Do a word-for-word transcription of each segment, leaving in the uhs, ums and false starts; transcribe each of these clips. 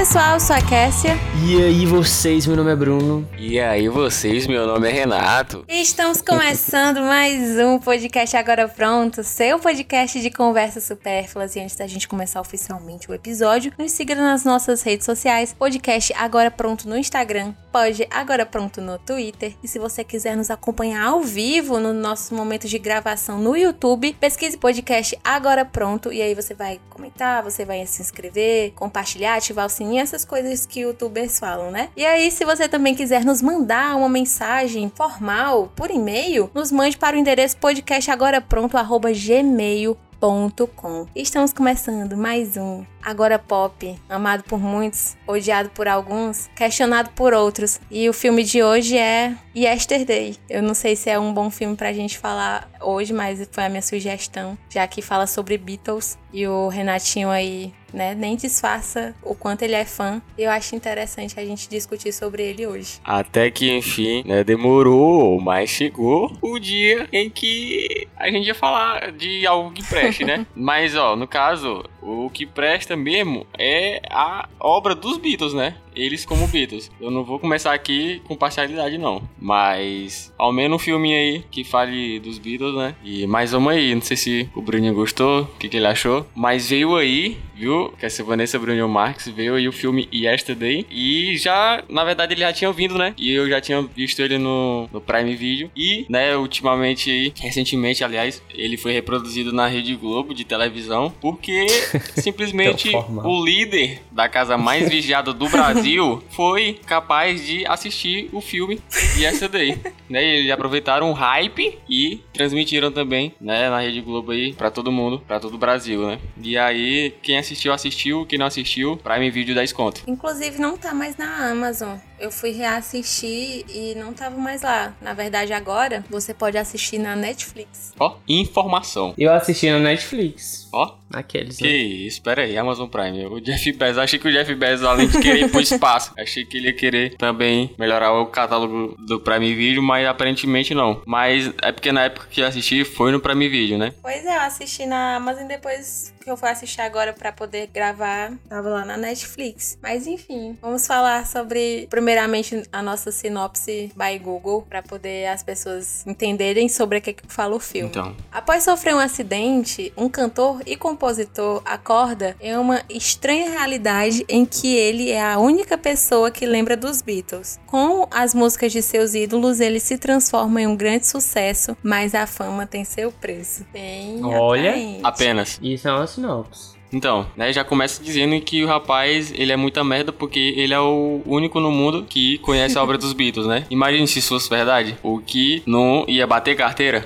pessoal, eu sou a Kessia. E aí vocês, meu nome é Bruno. E aí vocês, meu nome é Renato. E estamos começando mais um podcast Agora Pronto, seu podcast de conversas supérfluas. E antes da gente começar oficialmente o episódio, nos siga nas nossas redes sociais, podcast Agora Pronto no Instagram, Pod Agora Pronto no Twitter. E se você quiser nos acompanhar ao vivo no nosso momento de gravação no YouTube, pesquise podcast Agora Pronto e aí você vai comentar, você vai se inscrever, compartilhar, ativar o sininho, essas coisas que youtubers falam, né? E aí, se você também quiser nos mandar uma mensagem formal por e-mail, nos mande para o endereço podcastagorapronto arroba gmail ponto com. Estamos começando mais um Agora Pop, amado por muitos, odiado por alguns, questionado por outros. E o filme de hoje é Yesterday. Eu não sei se é um bom filme pra gente falar hoje, mas foi a minha sugestão, já que fala sobre Beatles. E o Renatinho aí, né, nem disfarça o quanto ele é fã. E eu acho interessante a gente discutir sobre ele hoje. Até que, enfim, né, demorou, mas chegou o dia em que a gente ia falar de algo que preste, né? Mas, ó, no caso, o que presta mesmo é a obra dos Beatles, né? Eles como Beatles. Eu não vou começar aqui com parcialidade, não. Mas, ao menos um filminho aí que fale dos Beatles, né? E mais uma aí. Não sei se o Bruninho gostou, o que, que ele achou. Mas veio aí, viu? Que essa Vanessa Bruninho Marques veio aí o filme Yesterday. E já, na verdade, ele já tinha vindo, né? E eu já tinha visto ele no, no Prime Video. E, né, ultimamente aí, recentemente, aliás, ele foi reproduzido na Rede Globo de televisão. Porque, simplesmente, o líder da casa mais vigiada do Brasil foi capaz de assistir o filme Yesterday, né? E eles aproveitaram o hype e transmitiram também, né, na Rede Globo aí pra todo mundo, pra todo o Brasil, né? E aí, quem assistiu, assistiu. Quem não assistiu, Prime Video dá desconto. Inclusive, não tá mais na Amazon. Eu fui reassistir e não tava mais lá. Na verdade, agora, você pode assistir na Netflix. Ó, informação. Eu assisti na Netflix. Ó. Aqueles, que né? isso, pera aí, Amazon Prime. O Jeff Bezos, achei que o Jeff Bezos, além de querer ir pro espaço, achei que ele ia querer também melhorar o catálogo do Prime Video, mas aparentemente não. Mas é porque na época que eu assisti foi no Prime Video, né? Pois é, eu assisti na Amazon e depois que eu fui assistir agora pra poder gravar, tava lá na Netflix. Mas enfim, vamos falar sobre, primeiramente, a nossa sinopse by Google, pra poder as pessoas entenderem sobre o que, que fala o filme. Então. Após sofrer um acidente, um cantor e compositor acorda em uma estranha realidade em que ele é a única pessoa que lembra dos Beatles. Com as músicas de seus ídolos, ele se transforma em um grande sucesso, mas a fama tem seu preço. Bem Olha, atraente. Apenas. Isso é uma sinopse. Então, né, já começa dizendo que o rapaz, ele é muita merda porque ele é o único no mundo que conhece a obra dos Beatles, né? Imagine se isso fosse verdade, o que não ia bater carteira,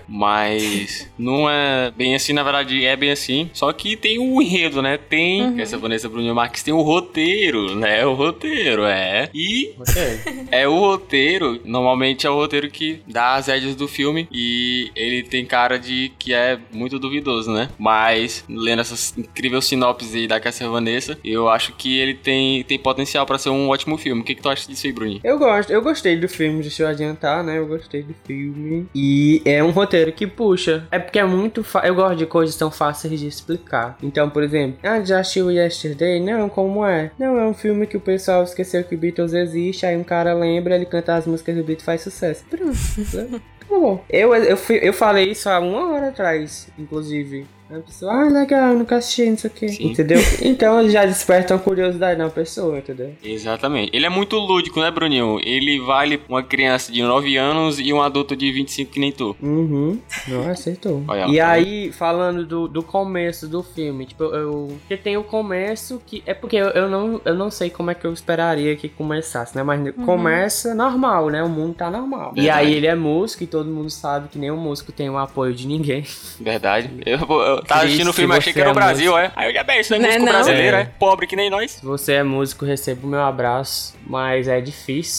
mas não é bem assim, na verdade é bem assim, só que tem o enredo, né? Tem, uhum. Essa Vanessa Bruninho Marques tem o roteiro, né? O roteiro, é. E okay. é o roteiro, normalmente é o roteiro que dá as rédeas do filme e ele tem cara de que é muito duvidoso, né? Mas, lendo essas incríveis sinopse aí da Cassia Vanessa, eu acho que ele tem, tem potencial pra ser um ótimo filme. O que, que tu acha disso aí, Bruninho? Eu gosto, eu gostei do filme, deixa eu adiantar, né? Eu gostei do filme. E é um roteiro que puxa. É porque é muito fácil. Eu gosto de coisas tão fáceis de explicar. Então, por exemplo, ah, já assistiu Yesterday? Não, como é? Não, é um filme que o pessoal esqueceu que Beatles existe, aí um cara lembra, ele canta as músicas do Beatles e faz sucesso. Pronto. Bom, eu, eu, fui, eu falei isso há uma hora atrás, inclusive. A pessoa, ah, legal, nunca assisti, não sei o que. Entendeu? Então ele já desperta uma curiosidade na pessoa, entendeu? Exatamente. Ele é muito lúdico, né, Bruninho? Ele vale uma criança de nove anos e um adulto de vinte e cinco que nem tu. Uhum. Não, acertou. Olha, e aí, falando do, do começo do filme, tipo, eu... Porque tem o começo que... É porque eu, eu, não, eu não sei como é que eu esperaria que começasse, né? Mas uhum. começa normal, né? O mundo tá normal. Verdade. E aí ele é músico e todo mundo sabe que nenhum músico tem o apoio de ninguém. Verdade. Eu, eu tava assistindo o filme, achei que era o Brasil, é. Aí eu já bem, isso não é músico brasileiro, é. é. Pobre que nem nós. Se você é músico, receba o meu abraço, mas é difícil.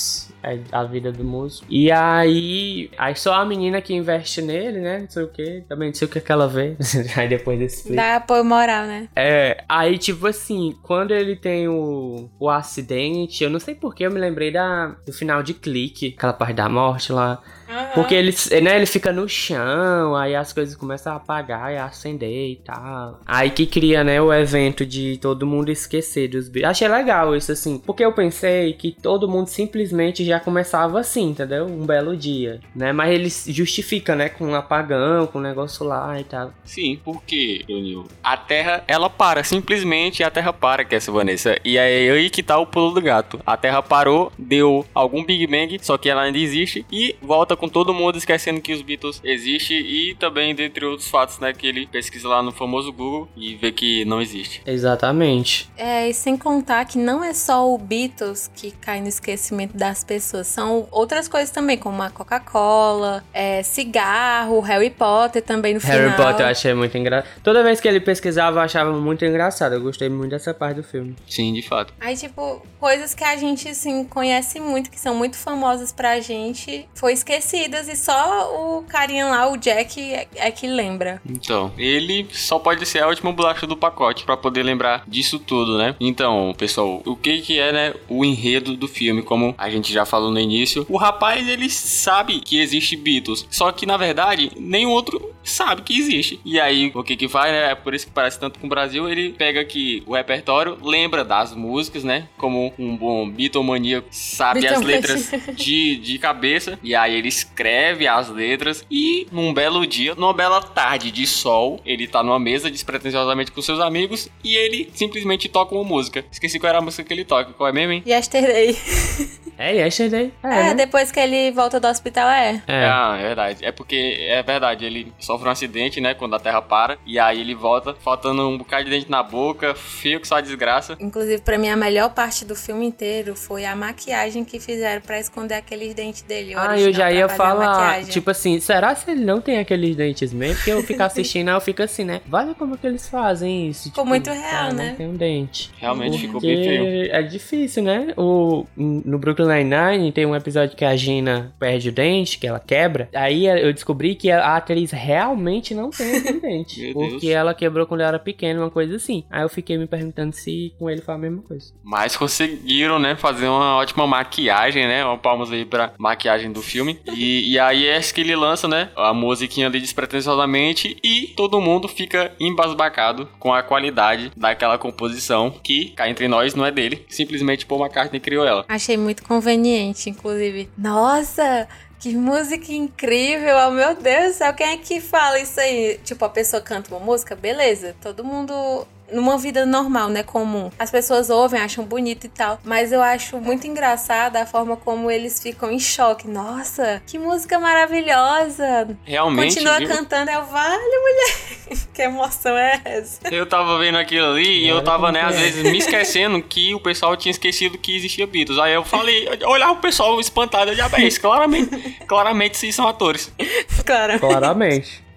É a vida do músico. E aí, aí só a menina que investe nele, né? Não sei o que. Também não sei o que, que ela vê. Aí depois desse dá apoio moral, né? É, aí tipo assim, quando ele tem o, o acidente, eu não sei porque eu me lembrei da, do final de Clique, aquela parte da morte lá. Uhum. Porque ele, né, ele fica no chão, aí as coisas começam a apagar e a acender e tal. Aí que cria, né, o evento de todo mundo esquecer dos Beatles. Achei legal isso, assim, porque eu pensei que todo mundo simplesmente já começava assim, entendeu? Um belo dia, né? Mas ele justifica, né, com um apagão, com um negócio lá e tal. Sim, porque, Bruninho, a Terra, ela para, simplesmente a Terra para, que é essa Vanessa. E é aí que tá o pulo do gato. A Terra parou, deu algum Big Bang, só que ela ainda existe, e volta com todo mundo esquecendo que os Beatles existem, e também, dentre outros fatos, né, que ele pesquisa lá no famoso Google e vê que não existe. Exatamente. É, e sem contar que não é só o Beatles que cai no esquecimento das pessoas, são outras coisas também, como a Coca-Cola, é, cigarro, Harry Potter também no Harry final. Harry Potter eu achei muito engraçado. Toda vez que ele pesquisava, eu achava muito engraçado. Eu gostei muito dessa parte do filme. Sim, de fato. Aí, tipo, coisas que a gente, assim, conhece muito, que são muito famosas pra gente, foi esquecidas e só o carinha lá, o Jack, é, é que lembra. Então, ele só pode ser a última bolacha do pacote pra poder lembrar disso tudo, né? Então, pessoal, o que que é, né, o enredo do filme, como a gente já falou no início. O rapaz, ele sabe que existe Beatles, só que, na verdade, nenhum outro sabe que existe. E aí, o que que faz, né? É por isso que parece tanto com o Brasil. Ele pega aqui o repertório, lembra das músicas, né? Como um bom bitomaníaco sabe Beatle as letras de, de cabeça. E aí ele escreve as letras e num belo dia, numa bela tarde de sol, ele tá numa mesa despretensiosamente com seus amigos e ele simplesmente toca uma música. Esqueci qual era a música que ele toca. Qual é mesmo, hein? Yesterday. É, Yesterday. É, é né? Depois que ele volta do hospital, é. É. Ah, é verdade. É porque, é verdade, ele sofre um acidente, né, quando a Terra para, e aí ele volta faltando um bocado de dente na boca, feio que só desgraça. Inclusive, pra mim, a melhor parte do filme inteiro foi a maquiagem que fizeram pra esconder aqueles dentes dele. Ah, eu já ia falar, tipo assim, será se ele não tem aqueles dentes mesmo? Porque eu fico assistindo, aí eu fico assim, né? Olha como que eles fazem isso. Ficou tipo, muito real, cara, né? Não tem um dente. Realmente Porque ficou bem feio. É difícil, né? O, no Brooklyn Nine-Nine tem um episódio que a Gina perde o dente, que ela quebra. Aí eu descobri que a atriz realmente não tem aquele dente. Meu porque Deus. ela quebrou quando ela era pequena, uma coisa assim. Aí eu fiquei me perguntando se com ele foi a mesma coisa. Mas conseguiram, né, fazer uma ótima maquiagem, né? Uma palmas aí pra maquiagem do filme. E, e aí é que ele lança, né, a musiquinha ali despretensiosamente e todo mundo fica embasbacado com a qualidade daquela composição que, cá entre nós, não é dele. Simplesmente Paul McCartney criou ela. Achei muito conveniente, inclusive. Nossa, que música incrível! Oh, meu Deus do céu, quem é que fala isso aí? Tipo, a pessoa canta uma música, beleza, todo mundo... Numa vida normal, né, comum. As pessoas ouvem, acham bonito e tal. Mas eu acho muito engraçada a forma como eles ficam em choque. Nossa, que música maravilhosa. Realmente, Continua viu? cantando. Eu, vale, mulher. Que emoção é essa? Eu tava vendo aquilo ali e eu tava, né, às vezes me esquecendo que o pessoal tinha esquecido que existia Beatles. Aí eu falei, olhava o pessoal espantado, eu já bem, claramente, claramente sim são atores. Claro. Claramente.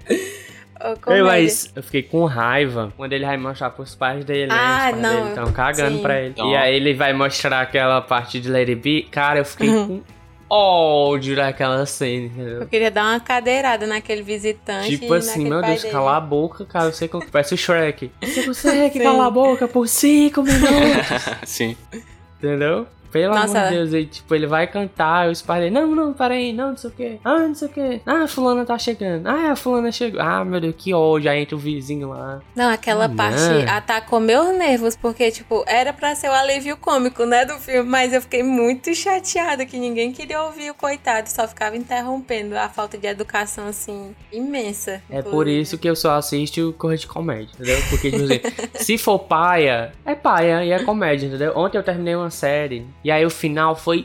Oh, eu, mas eu fiquei com raiva quando ele vai mostrar pros pais dele, ah, né? Os pais não, dele estão cagando sim. pra ele. Então. E aí ele vai mostrar aquela parte de Let It Be. Cara, eu fiquei uhum. com ódio daquela cena, entendeu? Eu queria dar uma cadeirada naquele visitante. Tipo assim, meu Deus, dele. cala a boca, cara. Você parece o Shrek. Você consegue calar a boca por cinco minutos? Sim. Entendeu? Pelo Nossa. amor de Deus, ele, tipo, ele vai cantar, eu espalhei, não, não, peraí, não, não sei o que, ah, não sei o que, ah, a fulana tá chegando, ah, a fulana chegou, ah, meu Deus, que ódio, aí entra o vizinho lá. Não, aquela ah, parte não. atacou meus nervos, porque, tipo, era pra ser o alívio cômico, né, do filme, mas eu fiquei muito chateada que ninguém queria ouvir o coitado, só ficava interrompendo a falta de educação, assim, imensa. É inclusive. por isso que eu só assisto coisa de comédia, entendeu? Porque, tipo assim, se for paia, é paia e é comédia, entendeu? Ontem eu terminei uma série, e aí o final foi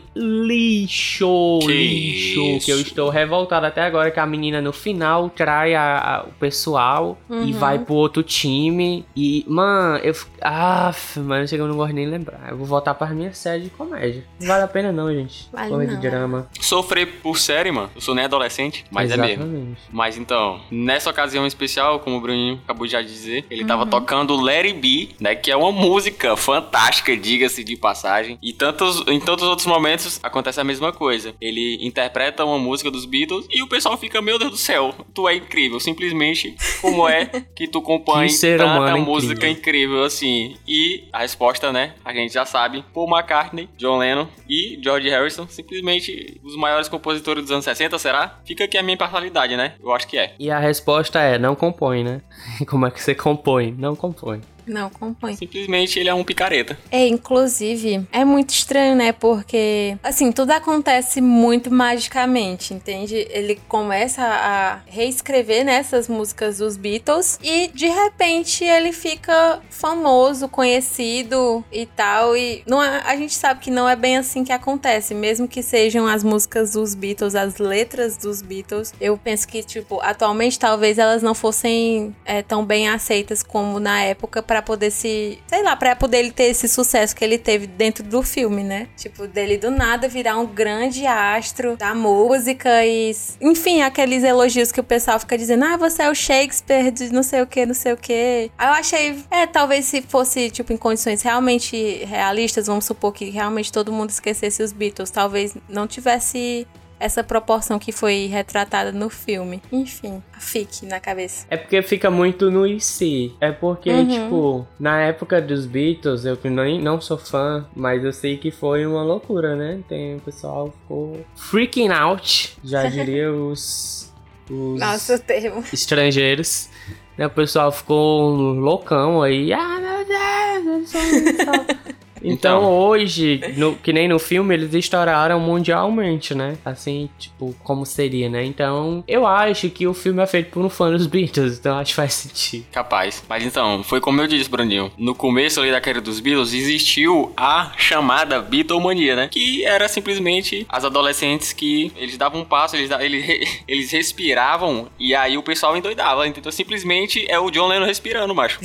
lixo, que lixo, isso? que eu estou revoltado até agora que a menina no final trai a, a, o pessoal uhum. e vai pro outro time e, mano, eu aff, mano, eu não gosto nem de lembrar, eu vou voltar para minha série de comédia, não vale a pena não, gente, vale corre não. de drama. Sofrer por série, mano, eu sou nem adolescente, mas Exatamente. é mesmo. Mas então, nessa ocasião especial, como o Bruninho acabou já de dizer, ele uhum. tava tocando Let It Be, né, que é uma música fantástica, diga-se de passagem, e tanto tantos, em tantos outros momentos acontece a mesma coisa. Ele interpreta uma música dos Beatles e o pessoal fica, meu Deus do céu, tu é incrível. Simplesmente, como é que tu compõe tanta música incrível. incrível assim? E a resposta, né, a gente já sabe. Paul McCartney, John Lennon e George Harrison, simplesmente os maiores compositores dos anos sessenta, será? Fica aqui a minha imparcialidade, né? Eu acho que é. E a resposta é, não compõe, né? Como é que você compõe? Não compõe. Não compõe. Simplesmente ele é um picareta. É, inclusive, é muito estranho, né? Porque, assim, tudo acontece muito magicamente, entende? Ele começa a reescrever, né, essas músicas dos Beatles e, de repente, ele fica famoso, conhecido e tal. E não é, a gente sabe que não é bem assim que acontece. Mesmo que sejam as músicas dos Beatles, as letras dos Beatles, eu penso que, tipo, atualmente, talvez elas não fossem é, tão bem aceitas como na época, pra poder se... Sei lá, pra poder ele ter esse sucesso que ele teve dentro do filme, né? Tipo, dele do nada virar um grande astro da música e... Enfim, aqueles elogios que o pessoal fica dizendo, ah, você é o Shakespeare de não sei o que, não sei o que. Aí eu achei... É, talvez se fosse, tipo, em condições realmente realistas, vamos supor que realmente todo mundo esquecesse os Beatles, talvez não tivesse... essa proporção que foi retratada no filme. Enfim, fique na cabeça. É porque fica muito no I C. É porque, uhum. tipo, na época dos Beatles, eu nem, não sou fã, mas eu sei que foi uma loucura, né? Tem, o pessoal ficou freaking out, já diria os... os Nossa, o termo. Estrangeiros. O pessoal ficou loucão aí. Ah, meu Deus, eu sou... Então, então, hoje, no, que nem no filme, eles estouraram mundialmente, né? Assim, tipo, como seria, né? Então, eu acho que o filme é feito por um fã dos Beatles, então acho que faz sentido. Capaz. Mas então, foi como eu disse, Bruninho. No começo ali da carreira dos Beatles, existiu a chamada Beatlemania, né? Que era simplesmente as adolescentes que eles davam um passo, eles, eles, eles respiravam e aí o pessoal endoidava. Então, simplesmente é o John Lennon respirando, macho.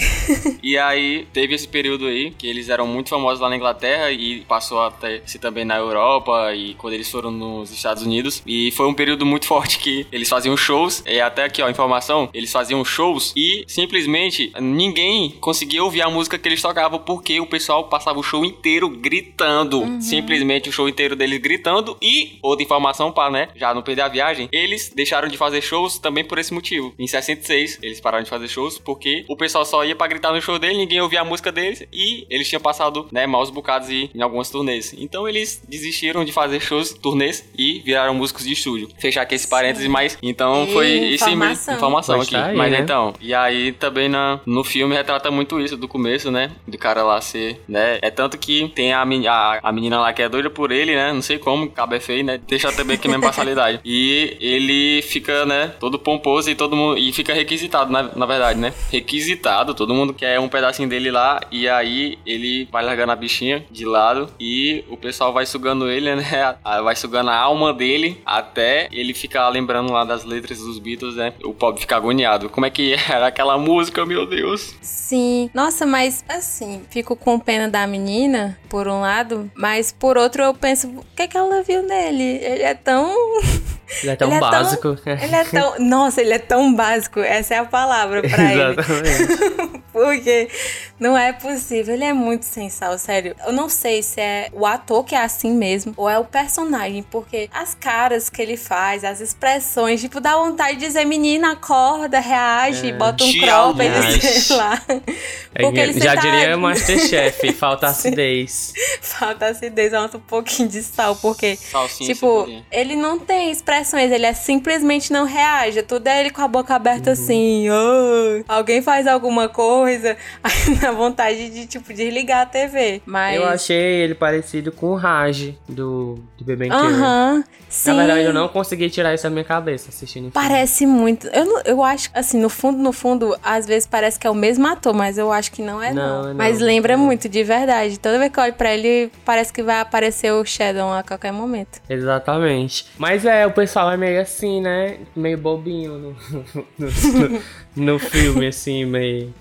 E aí, teve esse período aí, que eles eram muito famosos lá na Inglaterra e passou até se também na Europa e quando eles foram nos Estados Unidos, e foi um período muito forte que eles faziam shows, e até aqui ó, informação, eles faziam shows e simplesmente ninguém conseguia ouvir a música que eles tocavam porque o pessoal passava o show inteiro gritando, uhum. simplesmente o show inteiro deles gritando. E outra informação para, né, já não perder a viagem, eles deixaram de fazer shows também por esse motivo. Em sessenta e seis eles pararam de fazer shows porque o pessoal só ia pra gritar no show dele, ninguém ouvia a música deles e eles tinham passado, né, maus bocados e em algumas turnês. Então eles desistiram de fazer shows, turnês e viraram músicos de estúdio. Fechar aqui esse parênteses, mas então e foi esse mesmo, informação aqui. Aí, mas né? Então, e aí também na, no filme retrata muito isso do começo, né? Do cara lá ser, né? É tanto que tem a, a, a menina lá que é doida por ele, né? Não sei como, cabo é feio, né? Deixa também aqui a mesma parcialidade. E ele fica, né? Todo pomposo e todo mundo. E fica requisitado, na, na verdade, né? Requisitado, todo mundo quer um pedacinho dele lá. E aí ele vai largando a bichinha de lado e o pessoal vai sugando ele, né? Vai sugando a alma dele até ele ficar lembrando lá das letras dos Beatles, né? O pobre fica agoniado. Como é que era aquela música, meu Deus? Sim. Nossa, mas assim, fico com pena da menina, por um lado, mas por outro eu penso, o que é que ela viu nele? Ele é tão... Ele é tão ele básico. É tão, ele é tão... Nossa, ele é tão básico. Essa é a palavra pra ele. Exatamente. Porque não é possível. Ele é muito sem sal, sério. Eu não sei se é o ator que é assim mesmo ou é o personagem. Porque as caras que ele faz, as expressões, tipo, dá vontade de dizer, menina, acorda, reage, é, bota um crop, ele, sei lá. Porque é, ele já diria tá... Masterchef, falta acidez. Falta acidez, falta um pouquinho de sal. Porque, Salsinha, tipo, ele não tem expressões. Ele é simplesmente não reage. Tudo é ele com a boca aberta, uhum. assim. Oh, alguém faz alguma coisa, aí dá vontade de, tipo, desligar a T V. Mas... Eu achei ele parecido com o Raj do, do Big Bang Theory. Aham, uhum, sim. Na verdade, eu não consegui tirar isso da minha cabeça assistindo. Parece filme. muito. Eu, eu acho, assim, no fundo, no fundo, às vezes parece que é o mesmo ator, mas eu acho que não é, não. não. Mas lembra não. muito, de verdade. Toda vez que eu olho pra ele, parece que vai aparecer o Sheldon a qualquer momento. Exatamente. Mas é, o pessoal é meio assim, né? Meio bobinho no, no, no, no filme, assim, meio...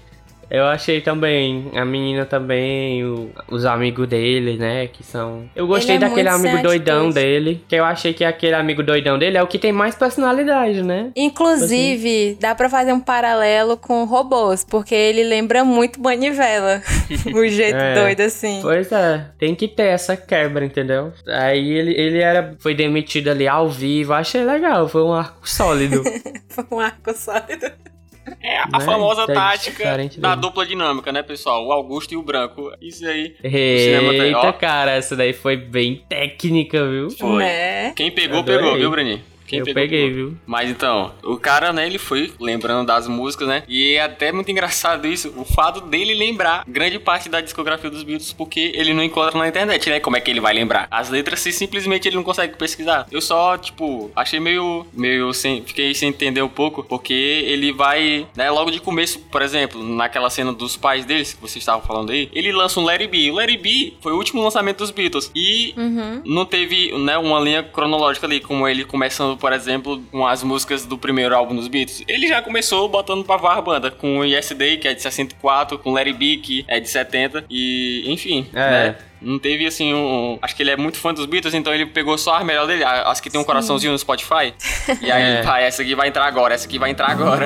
Eu achei também, a menina também, o- os amigos dele, né, que são... Eu gostei Ele é daquele muito amigo sem doidão atitude. dele, que eu achei que aquele amigo doidão dele é o que tem mais personalidade, né? Inclusive, dá pra fazer um paralelo com robôs, porque ele lembra muito Manivela. O jeito É. doido, assim. Pois é, tem que ter essa quebra, entendeu? Aí ele, ele era, foi demitido ali ao vivo, achei legal, foi um arco sólido. Foi um arco sólido. É a Né? famosa É tática diferente da dele. dupla dinâmica, né, pessoal? O Augusto e o Branco. Isso aí. cinema tem- Eita, ó. cara, essa daí foi bem técnica, viu? Foi. Né? Quem pegou, Adorei. pegou, viu, Bruninho? Quem Eu pegou, peguei, pegou. viu? Mas então, o cara, né, ele foi lembrando das músicas, né? E é até muito engraçado isso, o fato dele lembrar grande parte da discografia dos Beatles, porque ele não encontra na internet, né? Como é que ele vai lembrar? As letras, se simplesmente ele não consegue pesquisar. Eu só, tipo, achei meio, meio sem, fiquei sem entender um pouco, porque ele vai, né, logo de começo, por exemplo, naquela cena dos pais deles, que vocês estavam falando aí, ele lança um Let It Be. O Let It Be foi o último lançamento dos Beatles. E Uhum. não teve, né, uma linha cronológica ali, como ele começando, por exemplo, com as músicas do primeiro álbum dos Beatles. Ele já começou botando pra var a banda, com o Yesterday, que é de sessenta e quatro, com Let It Be, que é de setenta, e enfim, É. né? Não teve assim um. Acho que ele é muito fã dos Beatles, então ele pegou só as melhores dele, as que tem um coraçãozinho no Spotify. E aí, É. pá, essa aqui vai entrar agora, essa aqui vai entrar agora.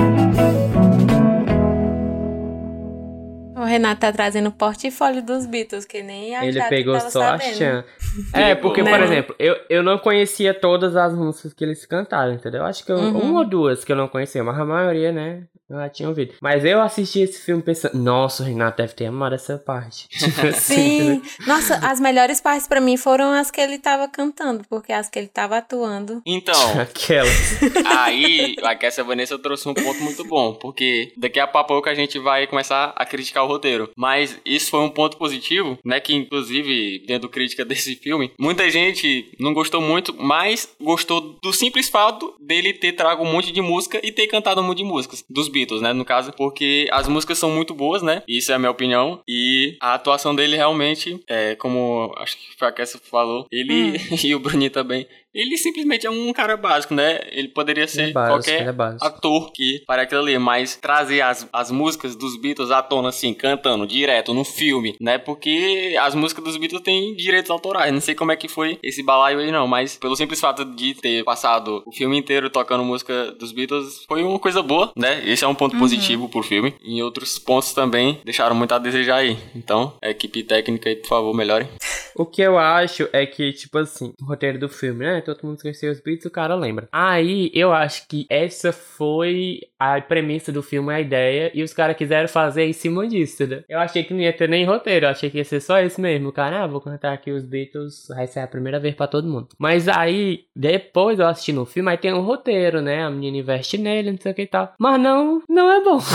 O Renato tá trazendo o portfólio dos Beatles, que nem a Ele Jaque pegou tava só a sabendo. Chan. É, porque, Né? por exemplo, eu, eu não conhecia todas as músicas que eles cantaram, entendeu? Acho que eu, Uhum. uma ou duas que eu não conhecia, mas a maioria, né, eu já tinha ouvido. Mas eu assisti esse filme pensando, nossa, o Renato deve ter amado essa parte. Tipo assim, Sim. Nossa, as melhores partes pra mim foram as que ele tava cantando, porque as que ele tava atuando. Então, aquela. aí, aqui essa Vanessa trouxe um ponto muito bom, porque daqui a pouco a gente vai começar a criticar o roteiro. Mas isso foi um ponto positivo, né? Que inclusive, tendo crítica desse filme, muita gente não gostou muito, mas gostou do simples fato dele ter trago um monte de música e ter cantado um monte de músicas dos Beatles, né? No caso, porque as músicas são muito boas, né? Isso é a minha opinião. E a atuação dele realmente, é, como acho que foi a Kessia falou, ele e o Bruninho também. Ele simplesmente é um cara básico, né? Ele poderia ser Ele é básico, qualquer ele é básico. ator que faria aquilo ali, mas trazer as, as músicas dos Beatles à tona, assim, cantando direto no filme, né? Porque as músicas dos Beatles têm direitos autorais. Não sei como é que foi esse balaio aí, não, mas pelo simples fato de ter passado o filme inteiro tocando música dos Beatles, foi uma coisa boa, né? Esse é um ponto positivo pro filme. Em outros pontos também deixaram muito a desejar aí. Então, a equipe técnica aí, por favor, melhorem. O que eu acho é que, tipo assim, o roteiro do filme, né? Todo mundo conheceu os Beatles, o cara lembra. Aí, eu acho que essa foi a premissa do filme, a ideia, e os caras quiseram fazer em cima disso, né? Eu achei que não ia ter nem roteiro, eu achei que ia ser só esse mesmo. O cara, ah, vou cantar aqui os Beatles, vai ser a primeira vez pra todo mundo. Mas aí, depois eu assisti no filme, aí tem um roteiro, né? A menina investe nele, não sei o que e tal. Mas não, não é bom.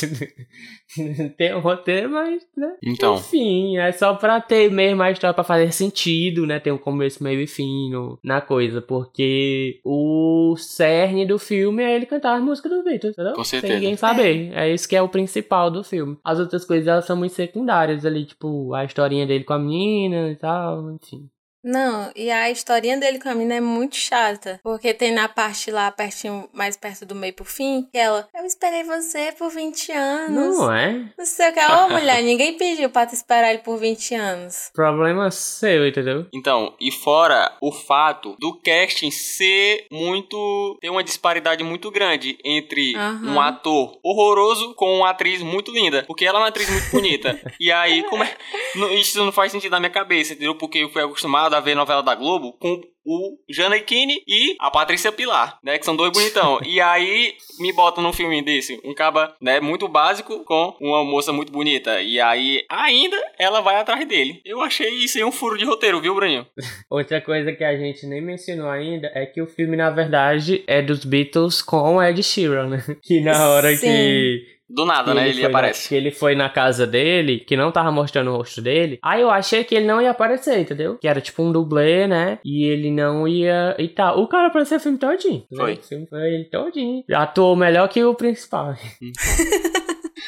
Tem um roteiro, mas, né? Então. Enfim, é só pra ter mesmo a história pra fazer sentido, né? Tem um começo, meio e fim no, na coisa. Porque o cerne do filme é ele cantar as músicas do Beatles, entendeu? Com certeza. Sem ninguém saber. É. é isso que é o principal do filme. As outras coisas, elas são muito secundárias ali. Tipo, a historinha dele com a menina e tal, enfim. Não, e a historinha dele com a mina é muito chata. Porque tem na parte lá, pertinho, mais perto do meio pro fim, que ela, eu esperei você por vinte anos. Não é? Não sei o que. Ô, mulher, ninguém pediu pra tu esperar ele por vinte anos. Problema seu, entendeu? Então, e fora o fato do casting ser muito... ter uma disparidade muito grande entre Aham. um ator horroroso com uma atriz muito linda. Porque ela é uma atriz muito bonita. E aí, como é... não- isso não faz sentido na minha cabeça, entendeu? Porque eu fui acostumado a ver novela da Globo com o Gianecchini e a Patrícia Pilar, né? Que são dois bonitão. E aí, me bota num filme desse, um caba, né? Muito básico com uma moça muito bonita. E aí, ainda, ela vai atrás dele. Eu achei isso aí um furo de roteiro, viu, Bruninho? Outra coisa que a gente nem mencionou ainda é que o filme, na verdade, é dos Beatles com o Ed Sheeran, né? Que na hora Sim. que... Do nada, que né? Ele foi na- aparece. que ele foi na casa dele, que não tava mostrando o rosto dele. Aí eu achei que ele não ia aparecer, entendeu? Que era tipo um dublê, né? E ele não ia... E tal. O cara apareceu o filme todinho. né? Foi. O filme foi ele todinho. Atuou melhor que o principal.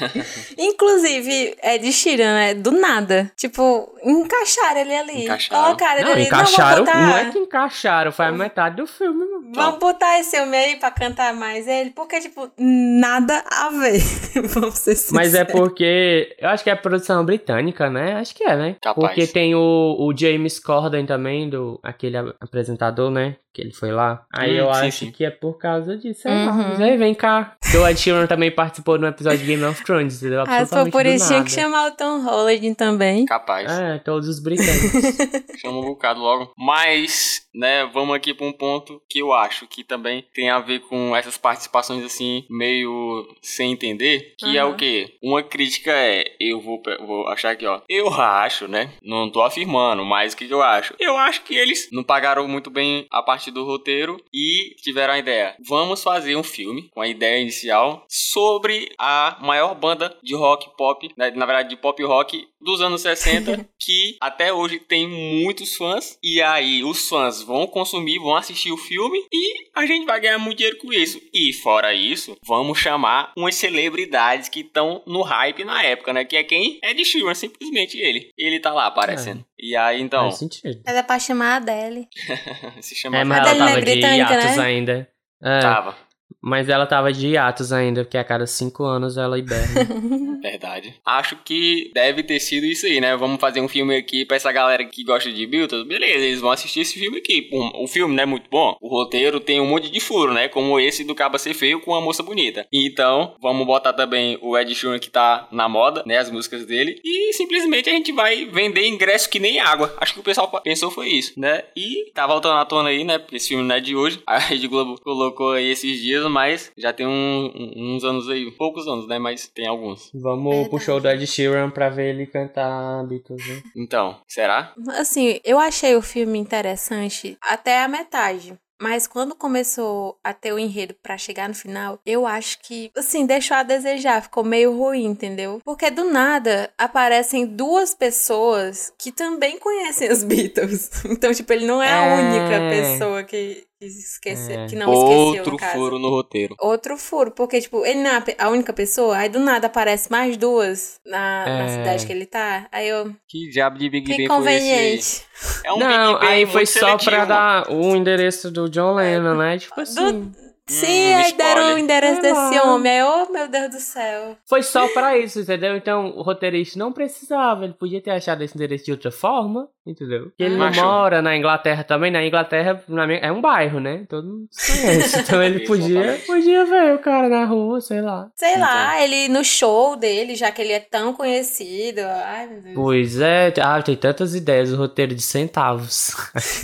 Inclusive, é de Sheeran, né? Do nada. Tipo, encaixaram ele ali. Encaixaram. Colocaram ele Não, ali. encaixaram, Não, vamos não botar, é que encaixaram, foi a metade do filme, mano. vamos botar esse homem aí pra cantar mais ele. Porque, tipo, nada a ver. Vamos ser sinceros. Mas é porque, eu acho que é produção britânica, né? Acho que é, né? Capaz. Porque tem o, o James Corden também, do, aquele apresentador, né? Que ele foi lá. Aí Hum, eu sim, acho sim. que é por causa disso. Sei Uhum. lá. Mas aí, vem cá. Porque o Ed Sheeran também participou no episódio de Game of Thrones, entendeu? Ah, se for Absolutamente por do isso, tinha nada. que chamar o Tom Holland também. Capaz. É, todos os britânicos. Chama um bocado logo. Mas, né, vamos aqui pra um ponto que eu acho que também tem a ver com essas participações assim, meio sem entender. Que é Uhum. o quê? Uma crítica é, eu vou, pe- vou achar aqui, ó. Eu acho, né? Não tô afirmando, mas o que, que eu acho? Eu acho que eles não pagaram muito bem a parte do roteiro e tiveram a ideia. Vamos fazer um filme com a ideia inicial sobre a maior banda de rock pop, na, na verdade de pop rock dos anos sessenta, que até hoje tem muitos fãs, e aí os fãs vão consumir, vão assistir o filme, e a gente vai ganhar muito dinheiro com isso. E fora isso, vamos chamar umas celebridades que estão no hype na época, né? Que é quem? Ed Sheeran, simplesmente ele. Ele tá lá aparecendo. E aí, então, Faz sentido. Mas é pra chamar a Adele. se chama... É, mas A ela Adele não é tava de britânica, hiatus né? ainda. É, Tava. mas ela tava de hiatus ainda, porque a cada cinco anos ela hiberna. Verdade. Acho que deve ter sido isso aí, né? Vamos fazer um filme aqui pra essa galera que gosta de Beatles. Beleza, eles vão assistir esse filme aqui. O filme não é muito bom. O roteiro tem um monte de furo, né? Como esse do Caba Ser Feio com a moça bonita. Então, vamos botar também o Ed Sheeran que tá na moda, né? As músicas dele. E simplesmente a gente vai vender ingresso que nem água. Acho que o pessoal pensou foi isso, né? E tá voltando à tona aí, né? Porque esse filme não é de hoje. A Rede Globo colocou aí esses dias, mas já tem um- uns anos aí. Poucos anos, né? Mas tem alguns. Vamos Verdade. pro show do Ed Sheeran pra ver ele cantar Beatles, né? Então, será? Assim, eu achei o filme interessante até a metade. Mas quando começou a ter o enredo pra chegar no final, eu acho que, assim, deixou a desejar, ficou meio ruim, entendeu? Porque do nada aparecem duas pessoas que também conhecem os Beatles. Então, tipo, ele não é a É. única pessoa que, que, esquece, É. que não esqueceu, Outro no caso. furo no roteiro. Outro furo, porque, tipo, ele não é a pe- a única pessoa, aí do nada aparece mais duas na, na É. cidade que ele tá. Aí eu. Que diabo de Big Que Ben foi esse aí? conveniente. É um Não, Big Ben aí foi muito só seletivo. pra dar o endereço do John Lennon, né? Tipo assim. Sim, Hum, aí deram o spoiler. endereço Sei desse lá. homem. Aí, oh, meu Deus do céu. Foi só pra isso, entendeu? Então o roteirista não precisava, ele podia ter achado esse endereço de outra forma, entendeu? Porque ele não Macho. mora na Inglaterra também, na Inglaterra na minha- é um bairro, né? Todo mundo se conhece. Então ele podia, Exatamente. podia ver o cara na rua, sei lá. Sei Então. lá, ele no show dele, já que ele é tão conhecido. Ai, meu Deus. Pois é, ah, tem tantas ideias, o roteiro de centavos.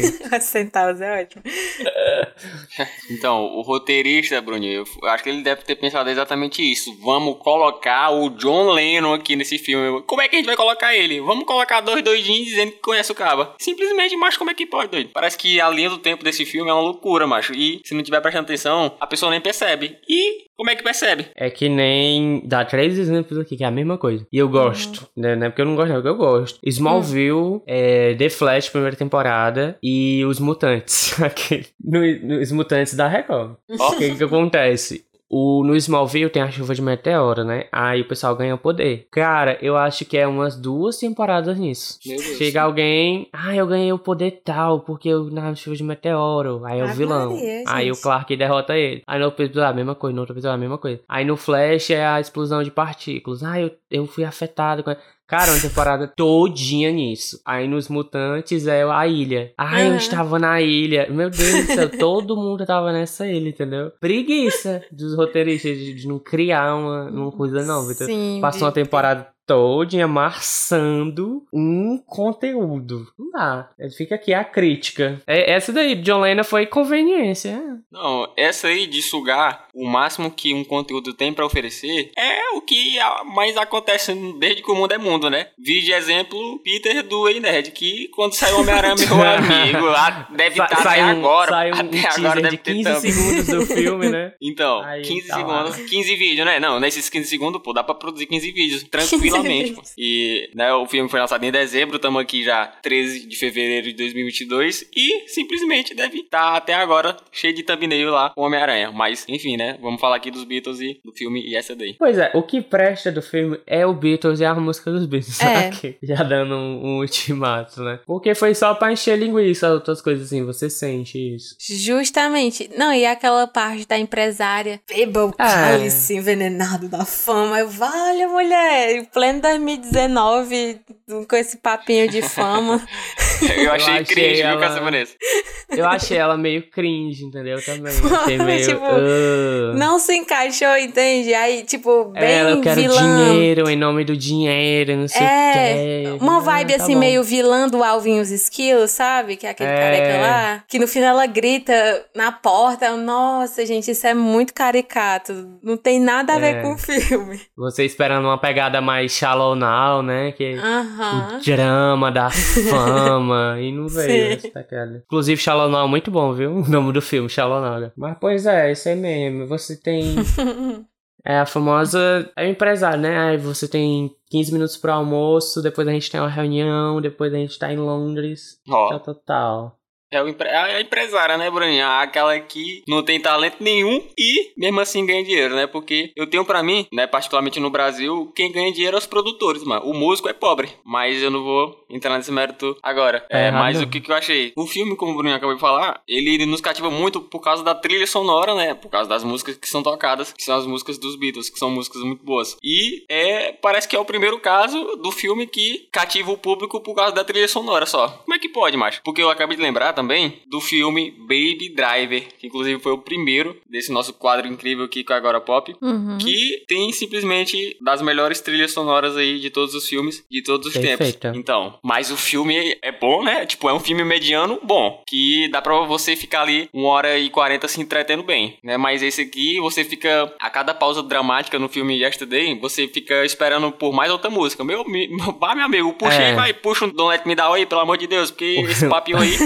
Centavos é ótimo. Então, o roteirista, Bruninho, eu f- eu acho que ele deve ter pensado exatamente isso. Vamos colocar o John Lennon aqui nesse filme. Como é que a gente vai colocar ele? Vamos colocar dois doidinhos dizendo que conhece o caba. Simplesmente, macho, como é que pode, doido? Parece que a linha do tempo desse filme é uma loucura, macho. E se não tiver prestando atenção, a pessoa nem percebe. E como é que percebe? É que nem. Dá três exemplos aqui, que é a mesma coisa. E eu gosto, né? Não é porque eu não gosto, não, é porque eu gosto. Smallville, é, The Flash, primeira temporada, e Os Mutantes. Aqui. No, nos Mutantes da Record. Ó. O que que acontece? O, no Smallville tem a chuva de meteoro, né? Aí o pessoal ganha poder. Cara, eu acho que é umas duas temporadas nisso. Meu Deus. Chega alguém, ah, eu ganhei o poder tal, porque eu na chuva de meteoro. Aí é o Ave vilão. Maria, Aí o gente. Clark derrota ele. Aí no outro episódio é a mesma coisa, no outro episódio é a mesma coisa. Aí no Flash é a explosão de partículas. Ah, eu, eu fui afetado com. Cara, uma temporada todinha nisso. Aí nos Mutantes é a ilha. Ah, eu Uhum. estava na ilha. Meu Deus do céu, todo mundo tava nessa ilha, entendeu? Preguiça dos roteiristas de, de não criar uma, uma coisa nova. Então, Sim. passou uma de- temporada todinha marçando um conteúdo. Não dá. Fica aqui a crítica. É, essa daí, John Lennon, foi conveniência. Não, essa aí de sugar o máximo que um conteúdo tem pra oferecer é o que a- mais acontece desde que o mundo é mundo, né? Vi de exemplo Peter do Ei Nerd, que quando saiu Homem-Aranha, meu amigo, lá deve Sa- estar sai até um, agora. sai um até teaser agora deve de ter quinze também. segundos do filme, né? Então, Aí, quinze tá segundos, lá. quinze vídeos, né? Não, nesses quinze segundos, pô, dá pra produzir quinze vídeos tranquilamente. tranquilamente. Pô. E, né, o filme foi lançado em dezembro, estamos aqui já treze de fevereiro de dois mil e vinte e dois e simplesmente deve estar até agora cheio de thumbnail lá com Homem-Aranha. Mas, enfim, né, vamos falar aqui dos Beatles e do filme Yesterday. Pois é, o que presta do filme é o Beatles e a música dos Beatles. É. Aqui, já dando um, um ultimato, né? Porque foi só pra encher linguiça, outras coisas assim, você sente isso. Justamente. Não, e aquela parte da empresária, beba o cálice envenenado da fama. Eu, vale, mulher, em pleno dois mil e dezenove, com esse papinho de fama. Eu achei, eu achei cringe, ela... viu, Cássia Vanessa? Eu achei ela meio cringe, entendeu? Também. Achei meio... tipo, uh... não se encaixou, entende? Aí, tipo, bem ela, eu quero vilã. dinheiro, em nome do dinheiro, não sei o É, que. uma vibe ah, tá assim, bom. meio vilã do Alvin e os Esquilos, sabe? Que é aquele É. careca lá. Que no final ela grita na porta. Nossa, gente, isso é muito caricato. Não tem nada a ver É. com o filme. Você esperando uma pegada mais Shallow Now, né? Que Aham. o drama da fama. E não veio Sim. essa pegada. Inclusive, Shallow Now é muito bom, viu? O nome do filme, Shallow Now. Mas, pois é, isso aí mesmo. Você tem... É a famosa... É o empresário, né? Aí você tem quinze minutos pro almoço, depois a gente tem uma reunião, depois a gente tá em Londres. Ó. Tal, tal, tal. É, o empre... é a empresária, né, Bruninha? Aquela que não tem talento nenhum e mesmo assim ganha dinheiro, né? Porque eu tenho pra mim, né, particularmente no Brasil, quem ganha dinheiro é os produtores, mano. O músico é pobre, mas eu não vou entrar nesse mérito agora. É, É, mas não. o que, que eu achei? O filme, como o Bruninho acabou de falar, ele nos cativa muito por causa da trilha sonora, né? Por causa das músicas que são tocadas, que são as músicas dos Beatles, que são músicas muito boas. E é, parece que é o primeiro caso do filme que cativa o público por causa da trilha sonora só. Como é que pode, macho? Porque eu acabei de lembrar também do filme Baby Driver, que inclusive foi o primeiro desse nosso quadro incrível aqui com a Agora Pop, Uhum. que tem simplesmente das melhores trilhas sonoras aí de todos os filmes de todos os Perfeita. tempos. Então, mas o filme é bom, né? Tipo, é um filme mediano bom, que dá pra você ficar ali uma hora e quarenta se entretendo bem, né? Mas esse aqui, você fica, a cada pausa dramática no filme Yesterday, você fica esperando por mais outra música. Meu, meu, bah, meu amigo, puxa É. aí, vai, puxa um Don't Let Me Down aí, pelo amor de Deus, porque esse papinho aí...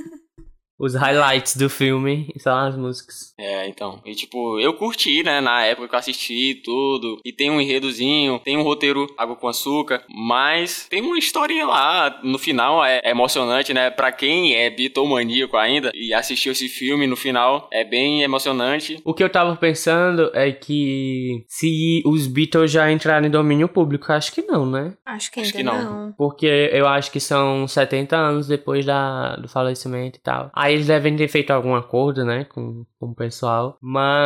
Os highlights do filme são as músicas. É, então, e tipo, eu curti, né, na época que eu assisti tudo, e tem um enredozinho, tem um roteiro Água com Açúcar, mas tem uma historinha lá, no final é, é emocionante, né, pra quem é bitomaníaco ainda e assistiu esse filme, no final é bem emocionante. O que eu tava pensando é que se os Beatles já entraram em domínio público, acho que não, né? Acho que Acho ainda que não. não. Porque eu acho que são setenta anos depois da, do falecimento e tal. Aí eles devem ter feito algum acordo, né, com, com o pessoal.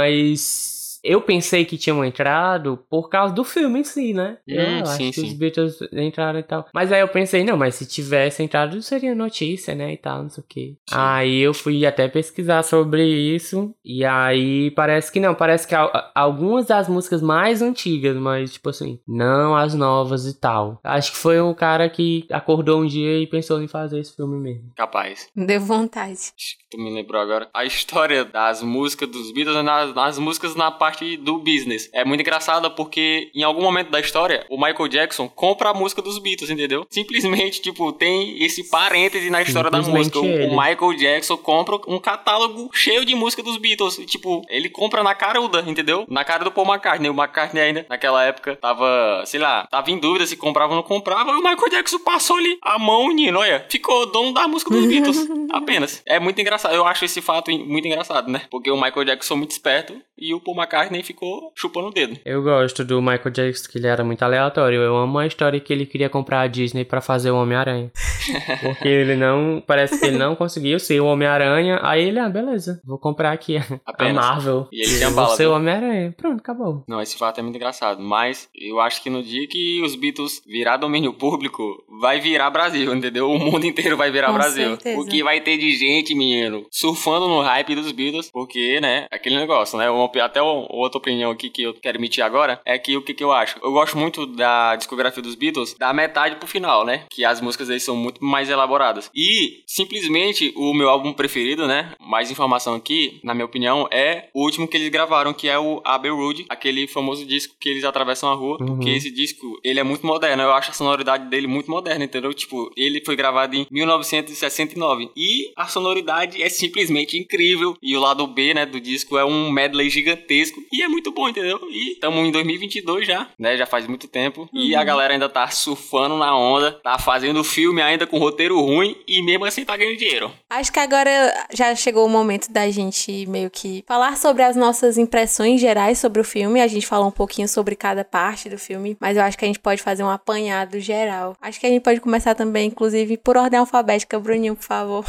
Mas eu pensei que tinham entrado por causa do filme em si, né? Hum, eu sim, acho que sim. os Beatles entraram e tal. Mas aí eu pensei, não, mas se tivesse entrado seria notícia, né, e tal, não sei o quê. Sim. Aí eu fui até pesquisar sobre isso. E aí parece que não, parece que a- algumas das músicas mais antigas, mas tipo assim, não as novas e tal. Acho que foi um cara que acordou um dia e pensou em fazer esse filme mesmo. Capaz. Deu vontade. Acho que tu me lembrou agora. A história das músicas dos Beatles é nas, nas músicas na parte do business. É muito engraçada porque em algum momento da história, o Michael Jackson compra a música dos Beatles, entendeu? Simplesmente, tipo, tem esse parêntese na história da Simplesmente música. O, ele. o Michael Jackson compra um catálogo cheio de música dos Beatles. E, tipo, ele compra na caruda, entendeu? Na cara do Paul McCartney. O McCartney ainda, naquela época, tava, sei lá, tava em dúvida se comprava ou não comprava. E o Michael Jackson passou ali a mão, menino, olha, ficou dono da música dos Beatles. Apenas. É muito engraçado. Eu acho esse fato muito engraçado, né? Porque o Michael Jackson é muito esperto e o Paul McCartney ficou chupando o dedo. Eu gosto do Michael Jackson, que ele era muito aleatório. Eu amo a história que ele queria comprar a Disney pra fazer o Homem-Aranha. Porque ele não... Parece que ele não conseguiu ser o Homem-Aranha. Aí ele, ah, beleza, vou comprar aqui a Apenas. Marvel. E ele tinha Eu vou bala, ser o viu? Homem-Aranha. Pronto, acabou. Não, esse fato é muito engraçado. Mas eu acho que no dia que os Beatles virar domínio público, vai virar Brasil, entendeu? O mundo inteiro vai virar Com Brasil. certeza. O que vai ter de gente, menino, surfando no hype dos Beatles, porque, né, aquele negócio, né? Uma- até uma outra opinião aqui que eu quero emitir agora é que o que, que eu acho? Eu gosto muito da discografia dos Beatles da metade pro final, né? Que as músicas aí são muito muito mais elaboradas. E, simplesmente, o meu álbum preferido, né? Mais informação aqui, na minha opinião, é o último que eles gravaram, que é o Abbey Road, aquele famoso disco que eles atravessam a rua, Uhum. porque esse disco, ele é muito moderno, eu acho a sonoridade dele muito moderna, entendeu? Tipo, ele foi gravado em mil novecentos e sessenta e nove, e a sonoridade é simplesmente incrível, e o lado B, né, do disco é um medley gigantesco, e é muito bom, entendeu? E estamos em dois mil e vinte e dois já, né, já faz muito tempo, uhum. E a galera ainda tá surfando na onda, tá fazendo filme ainda com roteiro ruim, e mesmo assim tá ganhando dinheiro. Acho que agora já chegou o momento da gente meio que falar sobre as nossas impressões gerais sobre o filme. A gente falou um pouquinho sobre cada parte do filme, mas eu acho que a gente pode fazer um apanhado geral. Acho que a gente pode começar também, inclusive, por ordem alfabética. Bruninho, por favor.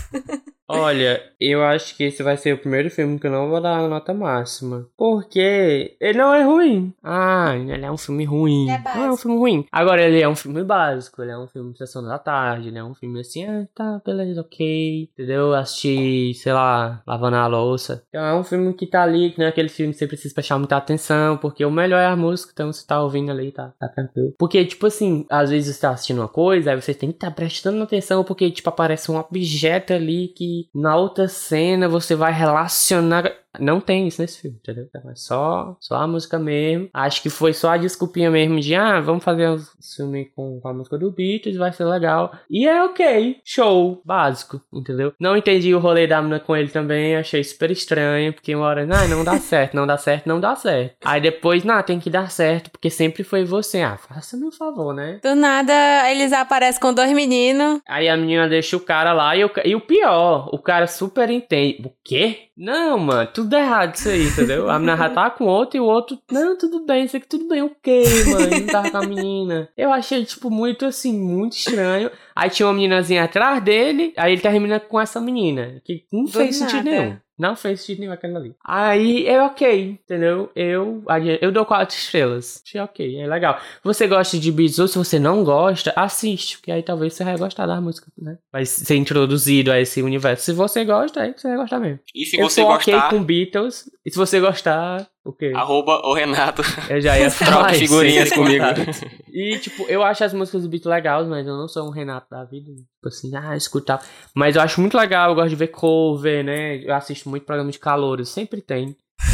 Olha, eu acho que esse vai ser o primeiro filme que eu não vou dar a nota máxima. Porque ele não é ruim. Ah, ele é um filme ruim. É não é um filme ruim. Agora, ele é um filme básico. Ele é um filme de sessão da tarde. Ele é um filme assim, ah, tá, beleza, ok. Entendeu? Assistir, sei lá, lavando a louça. Então é um filme que tá ali, que não é aquele filme que você precisa prestar muita atenção. Porque o melhor é a música, então você tá ouvindo ali, tá, tá tranquilo. Porque, tipo assim, às vezes você tá assistindo uma coisa, aí você tem que estar tá prestando atenção, porque, tipo, aparece um objeto ali que na outra cena você vai relacionar. Não tem isso nesse filme, entendeu? É só, só a música mesmo. Acho que foi só a desculpinha mesmo de, ah, vamos fazer um filme com a música do Beatles, vai ser legal. E é ok, show, básico, entendeu? Não entendi o rolê da mina com ele também, achei super estranho, porque uma hora, não, não dá certo, não dá certo, não dá certo. Aí depois, não, tem que dar certo, porque sempre foi você. Ah, faça-me um favor, né? Do nada, eles aparecem com dois meninos. Aí a menina deixa o cara lá e, eu, e o pior, o cara super entende. O quê? Não, mano, tudo errado isso aí, entendeu? A menina já tá com outro e o outro, não, tudo bem, isso aqui tudo bem, ok, mano, não tava com a menina. Eu achei, tipo, muito assim, muito estranho. Aí tinha uma meninazinha atrás dele, aí ele termina com essa menina, que não Do fez nada. sentido nenhum. Não fez sentido nenhum aquela ali. Aí é ok, entendeu? Eu, eu dou quatro estrelas. Achei ok, é legal. Você gosta de Beatles ou se você não gosta, assiste. Porque aí talvez você vai gostar da música, né? Vai ser introduzido a esse universo. Se você gosta, aí você vai gostar mesmo. E se eu você tô gostar... ok com Beatles. E se você gostar... O quê? Arroba o Renato. Eu já ia falar Troca figurinhas comigo. E, tipo, eu acho as músicas do Beatles legais, mas eu não sou um Renato da vida. Tipo assim, ah, escutar. Mas eu acho muito legal, eu gosto de ver cover, né? Eu assisto muito programa de calouros, sempre tem.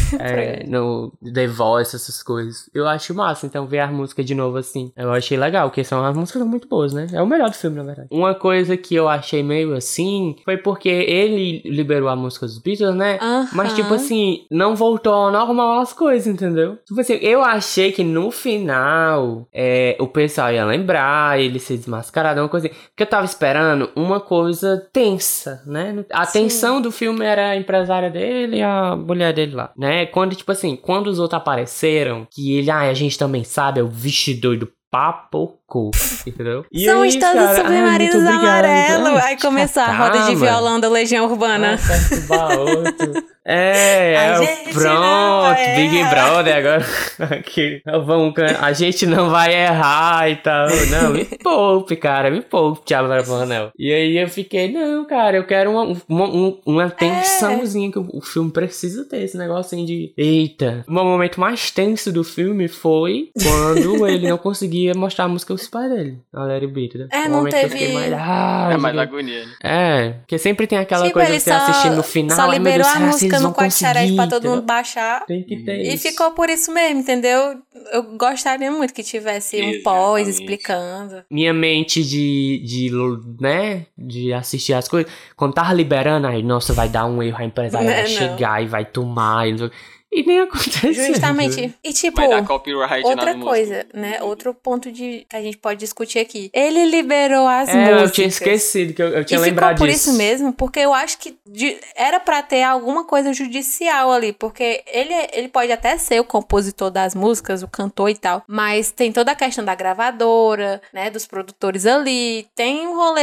É, no The Voice, essas coisas. Eu acho massa, então ver as músicas de novo assim. Eu achei legal, porque são as músicas muito boas, né? É o melhor do filme, na verdade. Uma coisa que eu achei meio assim foi porque ele liberou a música dos Beatles, né? Uh-huh. Mas, tipo assim, não voltou ao normal as coisas, entendeu? Tipo assim, eu achei que no final é, o pessoal ia lembrar, ele ser desmascarado, uma coisa assim. Porque eu tava esperando uma coisa tensa, né? A Sim. tensão do filme era a empresária dele e a mulher dele lá, né? Quando, tipo assim, quando os outros apareceram, que ele, ah, a gente também sabe, é o vixe doido papocou, entendeu? E Somos aí, todos cara, submarinos ai, amarelos. ai, Aí começou a roda de calma. violão da Legião Urbana. Ah, outro. É, A é o gente pronto, não vai Big errar. Brother agora. Aqui, vamos, a gente não vai errar e tal. Não, me poupe, cara, me poupe, Thiago Bravanel. E aí eu fiquei, não, cara, eu quero uma, uma, uma, uma tensãozinha que o, o filme precisa ter, esse negocinho de eita. O momento mais tenso do filme foi quando ele não conseguia mostrar a música aos pais dele, a Larry Beat, né? É, O não momento que eu teve- fiquei mais, ah, É mais eu- agonia, né? é, porque sempre tem aquela Tipo, coisa ele de você só, assistindo no final. só ai, meu liberou Deus, a será que música eles no vão Quad Xerez conseguir, pra todo entendeu? mundo baixar. Tem que ter E isso. ficou por isso mesmo, entendeu? Eu gostaria muito que tivesse um pós Exatamente. explicando. Minha mente de, de, né, de assistir as coisas, quando tava liberando, aí, nossa, vai dar um erro, a empresária Não, vai não. chegar e vai tomar, e, não sei o quê. E nem aconteceu. Justamente. E tipo, Vai dar copyright outra nas coisa, músicas. né? Outro ponto de que a gente pode discutir aqui. Ele liberou as É, músicas. eu tinha esquecido, que eu, eu E tinha ficou lembrado por disso. isso mesmo, porque eu acho que de- era pra ter alguma coisa judicial ali, porque ele, ele pode até ser o compositor das músicas, o cantor e tal, mas tem toda a questão da gravadora, né, dos produtores ali, tem um rolê, ju-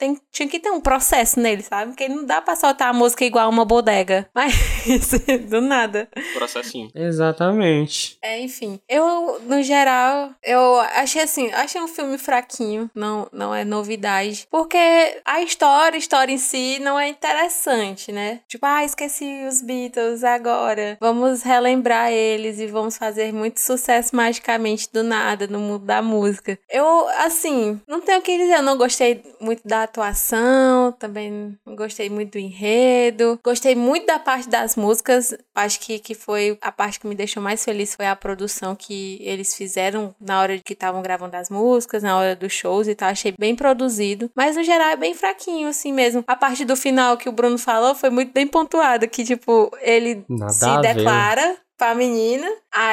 tem, tinha que ter um processo nele, sabe? Porque não dá pra soltar a música igual uma bodega. Mas, do nada. Processinho. Exatamente. É, enfim. Eu, no geral, eu achei assim, achei um filme fraquinho. Não, não é novidade. Porque a história, a história em si, não é interessante, né? Tipo, ah, esqueci os Beatles agora. Vamos relembrar eles e vamos fazer muito sucesso magicamente do nada no mundo da música. Eu, assim, não tenho o que dizer. Eu não gostei muito da atuação, também não gostei muito do enredo. Gostei muito da parte das músicas. Acho que, que foi a parte que me deixou mais feliz foi a produção que eles fizeram na hora que estavam gravando as músicas, na hora dos shows e tal. Achei bem produzido. Mas, no geral, é bem fraquinho, assim mesmo. A parte do final que o Bruno falou foi muito bem pontuada, que, tipo, ele Nada se a ver. declara pra menina,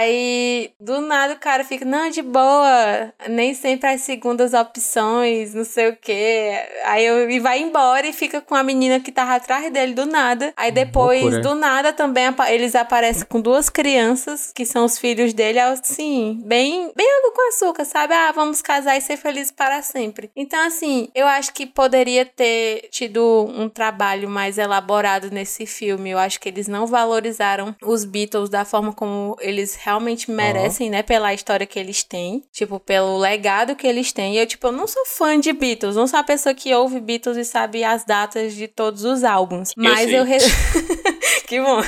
aí do nada o cara fica, não, de boa, nem sempre as segundas opções, não sei o que, aí eu, e vai embora e fica com a menina que tava atrás dele do nada, aí depois Loucura. do nada também apa- eles aparecem com duas crianças, que são os filhos dele, assim, bem, bem água com açúcar, sabe, ah, vamos casar e ser felizes para sempre. Então, assim, eu acho que poderia ter tido um trabalho mais elaborado nesse filme, eu acho que eles não valorizaram os Beatles da forma como eles realmente merecem, né, pela história que eles têm, tipo, pelo legado que eles têm. E eu, tipo, eu não sou fã de Beatles, não sou a pessoa que ouve Beatles e sabe as datas de todos os álbuns, mas eu... Eu eu re... Que bom...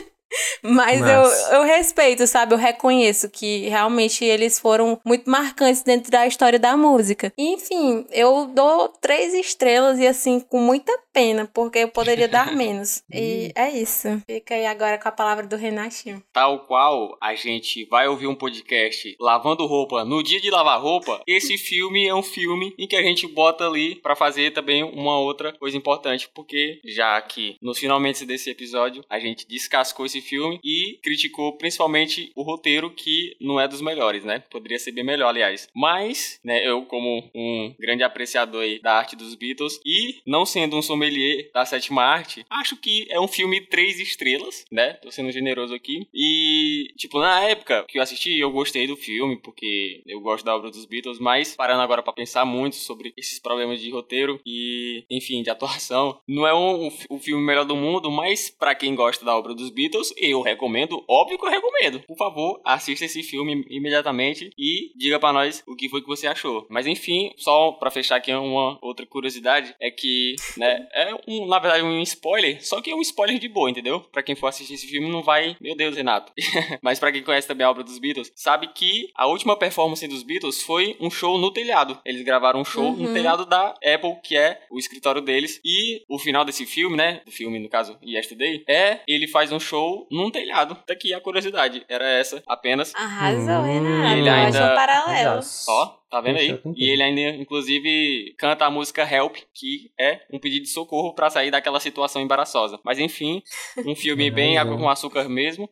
Mas eu, eu respeito, sabe? Eu reconheço que realmente eles foram muito marcantes dentro da história da música. Enfim, eu dou três estrelas e assim, com muita pena, porque eu poderia dar menos. E é isso. Fica aí agora com a palavra do Renatinho. Tal qual a gente vai ouvir um podcast lavando roupa no dia de lavar roupa, esse filme é um filme em que a gente bota ali pra fazer também uma outra coisa importante, porque já que nos finalmente desse episódio a gente descascou esse filme e criticou principalmente o roteiro, que não é dos melhores, né? Poderia ser bem melhor, aliás. Mas, né, eu como um grande apreciador aí da arte dos Beatles e não sendo um sommelier da sétima arte, acho que é um filme três estrelas, né? Tô sendo generoso aqui. E, tipo, na época que eu assisti, eu gostei do filme, porque eu gosto da obra dos Beatles, mas parando agora pra pensar muito sobre esses problemas de roteiro e, enfim, de atuação, não é um, um, o filme melhor do mundo, mas pra quem gosta da obra dos Beatles, eu recomendo, óbvio que eu recomendo. Por favor, assista esse filme imediatamente e diga pra nós o que foi que você achou. Mas enfim, só pra fechar aqui uma outra curiosidade, é que, né, é um, na verdade um spoiler, só que é um spoiler de boa, entendeu? Pra quem for assistir esse filme não vai, meu Deus, Renato. Mas pra quem conhece também a obra dos Beatles, sabe que a última performance dos Beatles foi um show no telhado. Eles gravaram um show uhum. no telhado da Apple, que é o escritório deles, e o final desse filme, né, do filme, no caso, Yesterday, é ele faz um show num telhado. Tá aqui a curiosidade, era essa apenas. Arrasou, Renato. Ele ainda... um paralelo. Ó, tá vendo aí? E ele ainda, inclusive, canta a música Help, que é um pedido de socorro pra sair daquela situação embaraçosa. Mas enfim, um filme bem água com açúcar mesmo.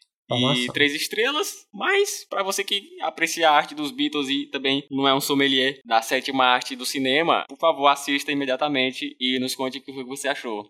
E três estrelas, mas pra você que aprecia a arte dos Beatles e também não é um sommelier da sétima arte do cinema, por favor, assista imediatamente e nos conte o que você achou.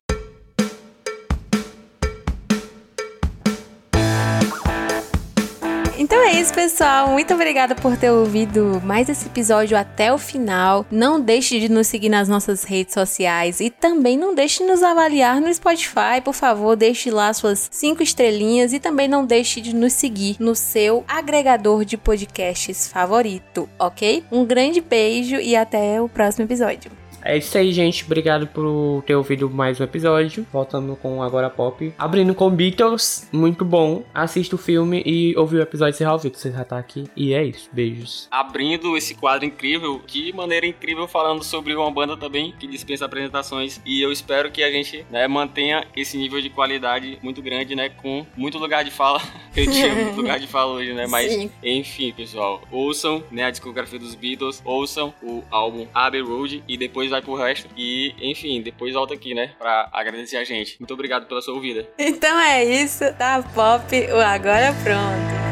Então é isso, pessoal. Muito obrigada por ter ouvido mais esse episódio até o final. Não deixe de nos seguir nas nossas redes sociais e também não deixe de nos avaliar no Spotify. Por favor, deixe lá suas cinco estrelinhas e também não deixe de nos seguir no seu agregador de podcasts favorito, ok? Um grande beijo e até o próximo episódio. É isso aí, gente. Obrigado por ter ouvido mais um episódio. Voltando com Agora Pop. Abrindo com Beatles. Muito bom. Assista o filme e ouve o episódio. Você já ouviu, que você já tá aqui. E é isso. Beijos. Abrindo esse quadro incrível. Que maneira incrível, falando sobre uma banda também que dispensa apresentações. E eu espero que a gente, né, mantenha esse nível de qualidade muito grande, né? Com muito lugar de fala. Eu tinha muito lugar de fala hoje, né? Mas, sim. Enfim, pessoal. Ouçam, né, a discografia dos Beatles. Ouçam o álbum Abbey Road. E depois vai pro resto e, enfim, depois volta aqui, né, pra agradecer a gente. Muito obrigado pela sua ouvida. Então é isso, tá pop, o Agora Pronto.